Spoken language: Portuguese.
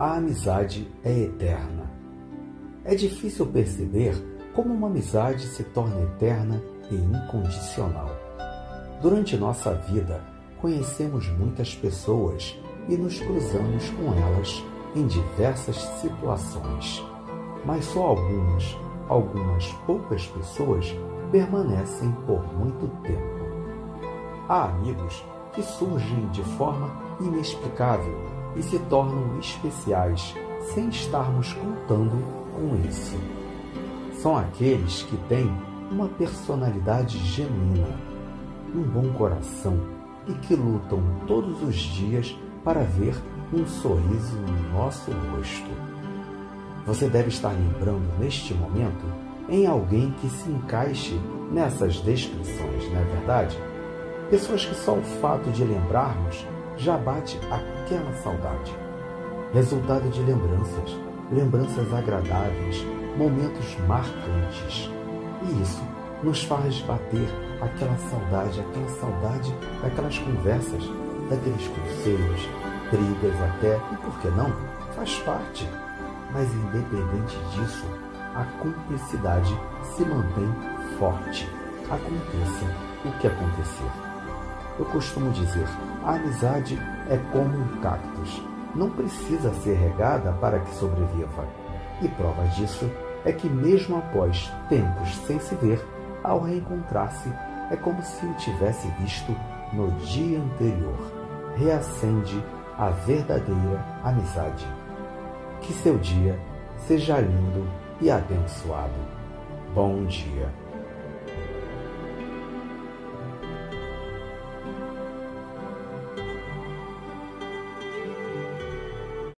A amizade é eterna. É difícil perceber como uma amizade se torna eterna e incondicional. Durante nossa vida, conhecemos muitas pessoas e nos cruzamos com elas em diversas situações. Mas só algumas poucas pessoas permanecem por muito tempo. Há amigos que surgem de forma inexplicável e se tornam especiais sem estarmos contando com isso. São aqueles que têm uma personalidade genuína, um bom coração e que lutam todos os dias para ver um sorriso no nosso rosto. Você deve estar lembrando neste momento em alguém que se encaixe nessas descrições, não é verdade? Pessoas que só o fato de lembrarmos já bate aquela saudade. Resultado de lembranças agradáveis, momentos marcantes. E isso nos faz bater aquela saudade daquelas conversas, daqueles conselhos, brigas até, e por que não? Faz parte. Mas independente disso, a cumplicidade se mantém forte. Aconteça o que acontecer. Eu costumo dizer, a amizade é como um cactus. Não precisa ser regada para que sobreviva. E prova disso é que mesmo após tempos sem se ver, ao reencontrar-se, é como se o tivesse visto no dia anterior. Reacende a verdadeira amizade. Que seu dia seja lindo e abençoado. Bom dia.